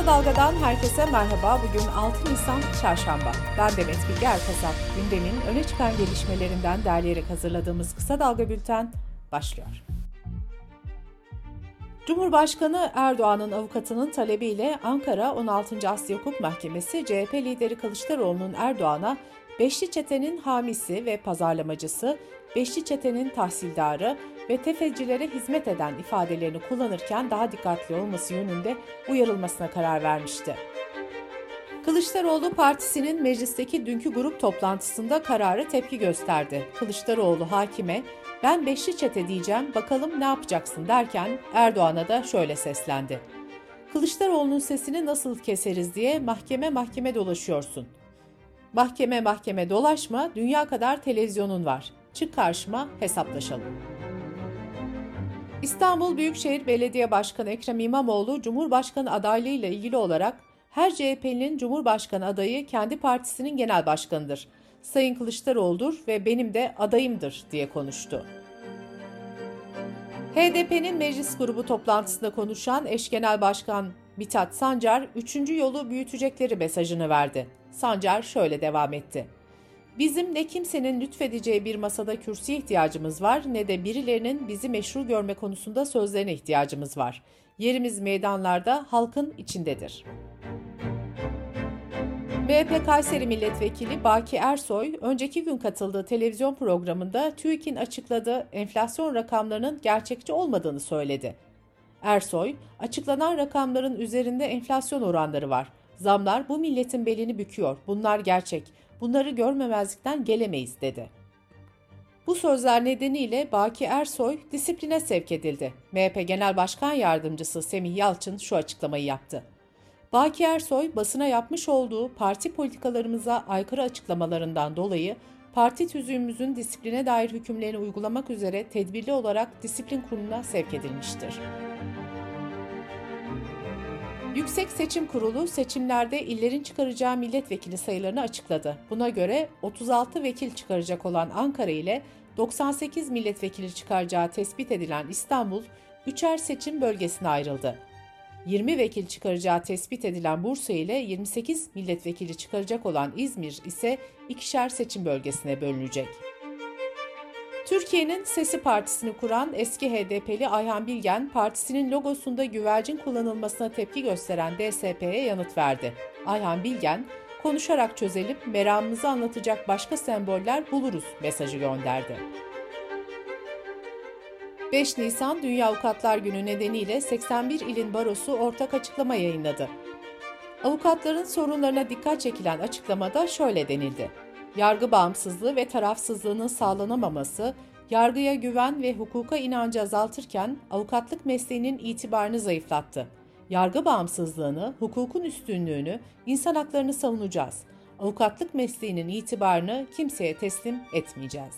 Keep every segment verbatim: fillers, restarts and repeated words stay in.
Kısa Dalga'dan herkese merhaba. Bugün altı Nisan Çarşamba. Ben Demet Bilge Erkasap. Gündemin öne çıkan gelişmelerinden derleyerek hazırladığımız Kısa Dalga bülten başlıyor. Cumhurbaşkanı Erdoğan'ın avukatının talebiyle Ankara on altıncı Asya Hukuk Mahkemesi, C H P lideri Kılıçdaroğlu'nun Erdoğan'a Beşli Çete'nin hamisi ve pazarlamacısı, Beşli Çete'nin tahsildarı ve tefecilere hizmet eden ifadelerini kullanırken daha dikkatli olması yönünde uyarılmasına karar vermişti. Kılıçdaroğlu partisinin meclisteki dünkü grup toplantısında karara tepki gösterdi. Kılıçdaroğlu hakime "Ben Beşli Çete diyeceğim, bakalım ne yapacaksın?" derken Erdoğan'a da şöyle seslendi. "Kılıçdaroğlu'nun sesini nasıl keseriz diye mahkeme mahkeme dolaşıyorsun. Mahkeme mahkeme dolaşma, dünya kadar televizyonun var. Çık karşıma, hesaplaşalım." İstanbul Büyükşehir Belediye Başkanı Ekrem İmamoğlu, Cumhurbaşkanı adaylığıyla ilgili olarak her C H P'linin Cumhurbaşkanı adayı kendi partisinin genel başkanıdır. Sayın Kılıçdaroğlu'dur ve benim de adayımdır diye konuştu. H D P'nin meclis grubu toplantısında konuşan eş genel başkan Mithat Sancar, üçüncü yolu büyütecekleri mesajını verdi. Sancar şöyle devam etti. "Bizim ne kimsenin lütfedeceği bir masada kürsüye ihtiyacımız var, ne de birilerinin bizi meşru görme konusunda sözlerine ihtiyacımız var. Yerimiz meydanlarda, halkın içindedir." M H P Kayseri Milletvekili Baki Ersoy, önceki gün katıldığı televizyon programında TÜİK'in açıkladığı enflasyon rakamlarının gerçekçi olmadığını söyledi. Ersoy, "Açıklanan rakamların üzerinde enflasyon oranları var. Zamlar bu milletin belini büküyor. Bunlar gerçek. Bunları görmemezlikten gelemeyiz," dedi. Bu sözler nedeniyle Baki Ersoy disipline sevk edildi. M H P Genel Başkan Yardımcısı Semih Yalçın şu açıklamayı yaptı. Baki Ersoy, basına yapmış olduğu parti politikalarımıza aykırı açıklamalarından dolayı parti tüzüğümüzün disipline dair hükümlerini uygulamak üzere tedbirli olarak disiplin kuruluna sevk edilmiştir. Yüksek Seçim Kurulu seçimlerde illerin çıkaracağı milletvekili sayılarını açıkladı. Buna göre otuz altı vekil çıkaracak olan Ankara ile doksan sekiz milletvekili çıkaracağı tespit edilen İstanbul, üçer seçim bölgesine ayrıldı. yirmi vekil çıkaracağı tespit edilen Bursa ile yirmi sekiz milletvekili çıkaracak olan İzmir ise ikişer seçim bölgesine bölünecek. Türkiye'nin Sesi Partisi'ni kuran eski H D P'li Ayhan Bilgen, partisinin logosunda güvercin kullanılmasına tepki gösteren D S P'ye yanıt verdi. Ayhan Bilgen, "Konuşarak çözelim, meramımızı anlatacak başka semboller buluruz," mesajı gönderdi. beş Nisan Dünya Avukatlar Günü nedeniyle seksen bir ilin barosu ortak açıklama yayınladı. Avukatların sorunlarına dikkat çekilen açıklamada şöyle denildi. Yargı bağımsızlığı ve tarafsızlığının sağlanamaması, yargıya güven ve hukuka inancı azaltırken avukatlık mesleğinin itibarını zayıflattı. Yargı bağımsızlığını, hukukun üstünlüğünü, insan haklarını savunacağız. Avukatlık mesleğinin itibarını kimseye teslim etmeyeceğiz.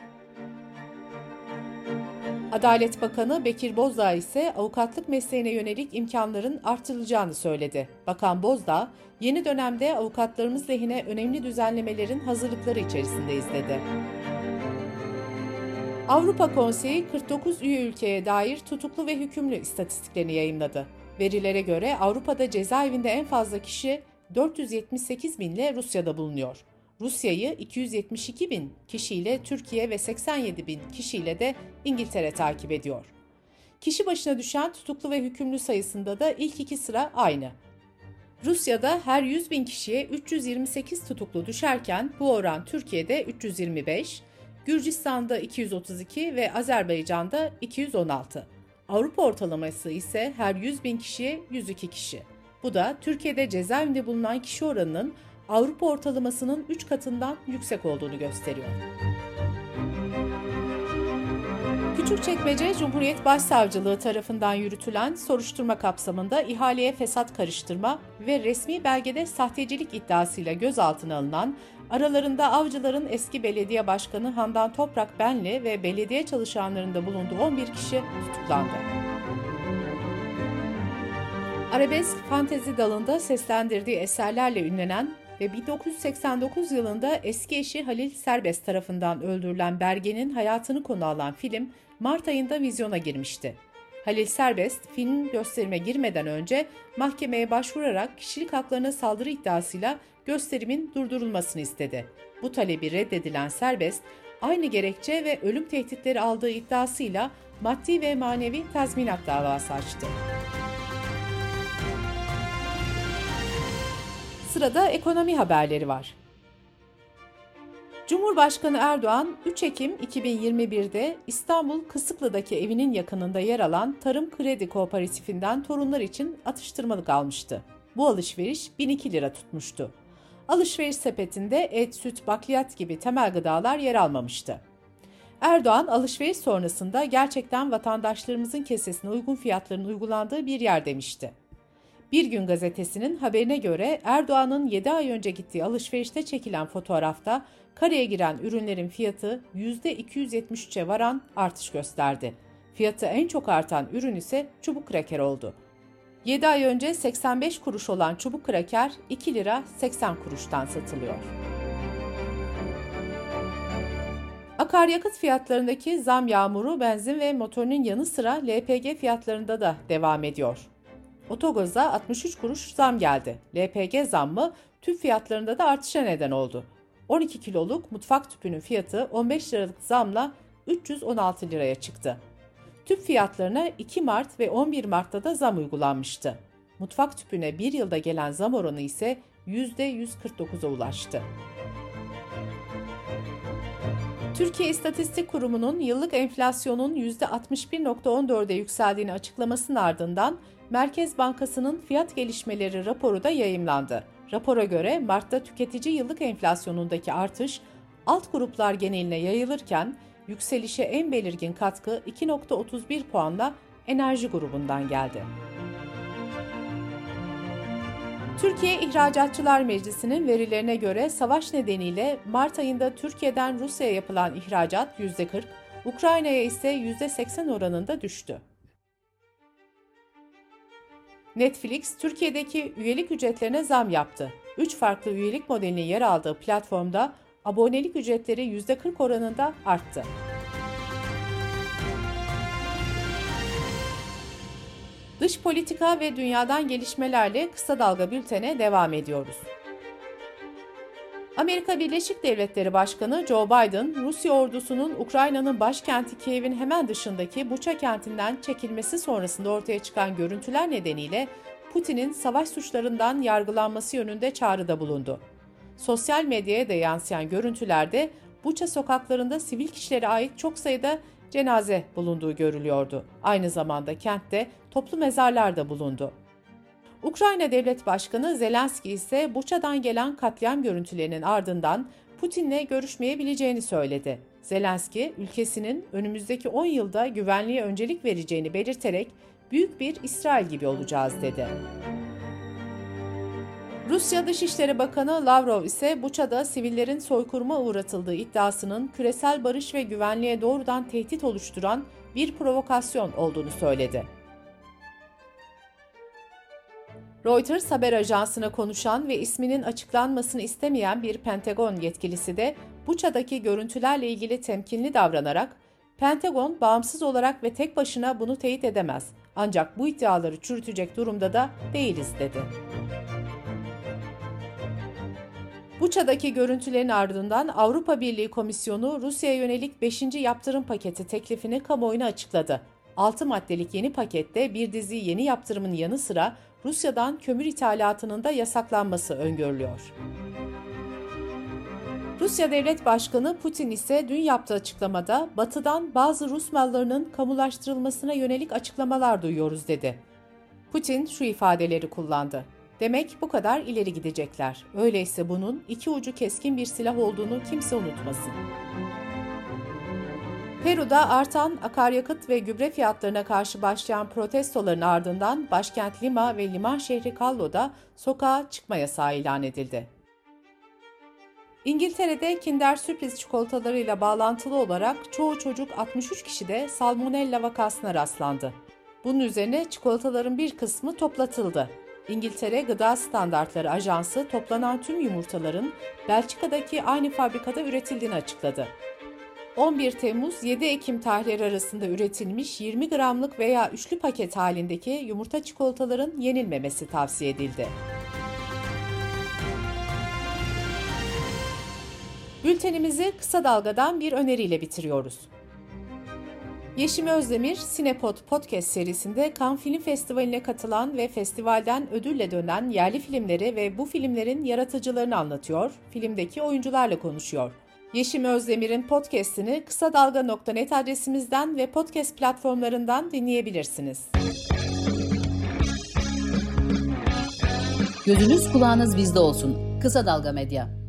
Adalet Bakanı Bekir Bozdağ ise avukatlık mesleğine yönelik imkanların artırılacağını söyledi. Bakan Bozdağ, "Yeni dönemde avukatlarımız lehine önemli düzenlemelerin hazırlıkları içerisindeyiz," dedi. Avrupa Konseyi kırk dokuz üye ülkeye dair tutuklu ve hükümlü istatistiklerini yayımladı. Verilere göre Avrupa'da cezaevinde en fazla kişi dört yüz yetmiş sekiz bin ile Rusya'da bulunuyor. Rusya'yı iki yüz yetmiş iki bin kişiyle Türkiye ve seksen yedi bin kişiyle de İngiltere takip ediyor. Kişi başına düşen tutuklu ve hükümlü sayısında da ilk iki sıra aynı. Rusya'da her yüz bin kişiye üç yüz yirmi sekiz tutuklu düşerken bu oran Türkiye'de üç yüz yirmi beş, Gürcistan'da iki yüz otuz iki ve Azerbaycan'da iki yüz on altı. Avrupa ortalaması ise her yüz bin kişiye yüz iki kişi. Bu da Türkiye'de cezaevinde bulunan kişi oranının Avrupa ortalamasının üç katından yüksek olduğunu gösteriyor. Küçükçekmece Cumhuriyet Başsavcılığı tarafından yürütülen soruşturma kapsamında ihaleye fesat karıştırma ve resmi belgede sahtecilik iddiasıyla gözaltına alınan, aralarında Avcılar'ın eski belediye başkanı Handan Toprak Benli ve belediye çalışanlarında bulunduğu on bir kişi tutuklandı. Arabesk fantezi dalında seslendirdiği eserlerle ünlenen ve bin dokuz yüz seksen dokuz yılında eski eşi Halil Serbest tarafından öldürülen Bergen'in hayatını konu alan film Mart ayında vizyona girmişti. Halil Serbest, film gösterime girmeden önce mahkemeye başvurarak kişilik haklarına saldırı iddiasıyla gösterimin durdurulmasını istedi. Bu talebi reddedilen Serbest, aynı gerekçe ve ölüm tehditleri aldığı iddiasıyla maddi ve manevi tazminat davası açtı. Sırada ekonomi haberleri var. Cumhurbaşkanı Erdoğan, üç Ekim iki bin yirmi bir'de İstanbul Kısıklı'daki evinin yakınında yer alan Tarım Kredi Kooperatifinden torunlar için atıştırmalık almıştı. Bu alışveriş bin iki lira tutmuştu. Alışveriş sepetinde et, süt, bakliyat gibi temel gıdalar yer almamıştı. Erdoğan, alışveriş sonrasında gerçekten vatandaşlarımızın kesesine uygun fiyatların uygulandığı bir yer demişti. Bir Gün gazetesinin haberine göre Erdoğan'ın yedi ay önce gittiği alışverişte çekilen fotoğrafta kareye giren ürünlerin fiyatı yüzde iki yüz yetmiş üç'e varan artış gösterdi. Fiyatı en çok artan ürün ise çubuk kraker oldu. yedi ay önce seksen beş kuruş olan çubuk kraker iki lira seksen kuruştan satılıyor. Akaryakıt fiyatlarındaki zam yağmuru benzin ve motorinin yanı sıra L P G fiyatlarında da devam ediyor. Otogaza altmış üç kuruş zam geldi. L P G zammı tüp fiyatlarında da artışa neden oldu. on iki kiloluk mutfak tüpünün fiyatı on beş liralık zamla üç yüz on altı liraya çıktı. Tüp fiyatlarına iki Mart ve on bir Mart'ta da zam uygulanmıştı. Mutfak tüpüne bir yılda gelen zam oranı ise yüzde yüz kırk dokuz'a ulaştı. Türkiye İstatistik Kurumu'nun yıllık enflasyonun yüzde altmış bir virgül on dört'e yükseldiğini açıklamasının ardından Merkez Bankası'nın fiyat gelişmeleri raporu da yayımlandı. Rapora göre Mart'ta tüketici yıllık enflasyonundaki artış alt gruplar geneline yayılırken yükselişe en belirgin katkı iki virgül otuz bir puanla enerji grubundan geldi. Türkiye İhracatçılar Meclisi'nin verilerine göre savaş nedeniyle Mart ayında Türkiye'den Rusya'ya yapılan ihracat yüzde kırk, Ukrayna'ya ise yüzde seksen oranında düştü. Netflix, Türkiye'deki üyelik ücretlerine zam yaptı. üç farklı üyelik modelinin yer aldığı platformda abonelik ücretleri yüzde kırk oranında arttı. Dış politika ve dünyadan gelişmelerle kısa dalga bültene devam ediyoruz. Amerika Birleşik Devletleri Başkanı Joe Biden, Rusya ordusunun Ukrayna'nın başkenti Kiev'in hemen dışındaki Buça kentinden çekilmesi sonrasında ortaya çıkan görüntüler nedeniyle Putin'in savaş suçlarından yargılanması yönünde çağrıda bulundu. Sosyal medyaya da yansıyan görüntülerde Buça sokaklarında sivil kişilere ait çok sayıda cenaze bulunduğu görülüyordu. Aynı zamanda kentte toplu mezarlar da bulundu. Ukrayna Devlet Başkanı Zelenski ise Buça'dan gelen katliam görüntülerinin ardından Putin'le görüşmeyebileceğini söyledi. Zelenski, ülkesinin önümüzdeki on yılda güvenliğe öncelik vereceğini belirterek büyük bir İsrail gibi olacağız dedi. Rusya Dışişleri Bakanı Lavrov ise Buça'da sivillerin soykırıma uğratıldığı iddiasının küresel barış ve güvenliğe doğrudan tehdit oluşturan bir provokasyon olduğunu söyledi. Reuters haber ajansına konuşan ve isminin açıklanmasını istemeyen bir Pentagon yetkilisi de Buça'daki görüntülerle ilgili temkinli davranarak, Pentagon bağımsız olarak ve tek başına bunu teyit edemez. Ancak bu iddiaları çürütecek durumda da değiliz dedi. Buça'daki görüntülerin ardından Avrupa Birliği Komisyonu Rusya'ya yönelik beşinci yaptırım paketi teklifini kamuoyuna açıkladı. altı maddelik yeni pakette bir dizi yeni yaptırımın yanı sıra Rusya'dan kömür ithalatının da yasaklanması öngörülüyor. Rusya Devlet Başkanı Putin ise dün yaptığı açıklamada Batı'dan bazı Rus mallarının kamulaştırılmasına yönelik açıklamalar duyuyoruz dedi. Putin şu ifadeleri kullandı. Demek bu kadar ileri gidecekler. Öyleyse bunun iki ucu keskin bir silah olduğunu kimse unutmasın. Peru'da artan akaryakıt ve gübre fiyatlarına karşı başlayan protestoların ardından başkent Lima ve liman şehri Callo'da sokağa çıkma yasağı ilan edildi. İngiltere'de Kinder sürpriz çikolatalarıyla bağlantılı olarak çoğu çocuk altmış üç kişide salmonella vakasına rastlandı. Bunun üzerine çikolataların bir kısmı toplatıldı. İngiltere Gıda Standartları Ajansı toplanan tüm yumurtaların Belçika'daki aynı fabrikada üretildiğini açıkladı. on bir Temmuz yedi Ekim tarihleri arasında üretilmiş yirmi gramlık veya üçlü paket halindeki yumurta çikolataların yenilmemesi tavsiye edildi. Bültenimizi kısa dalgadan bir öneriyle bitiriyoruz. Yeşim Özdemir, Sinepod Podcast serisinde Cannes Film Festivali'ne katılan ve festivalden ödülle dönen yerli filmleri ve bu filmlerin yaratıcılarını anlatıyor, filmdeki oyuncularla konuşuyor. Yeşim Özdemir'in podcast'ini kısa dalga nokta net adresimizden ve podcast platformlarından dinleyebilirsiniz. Gözünüz kulağınız bizde olsun. Kısa Dalga Medya.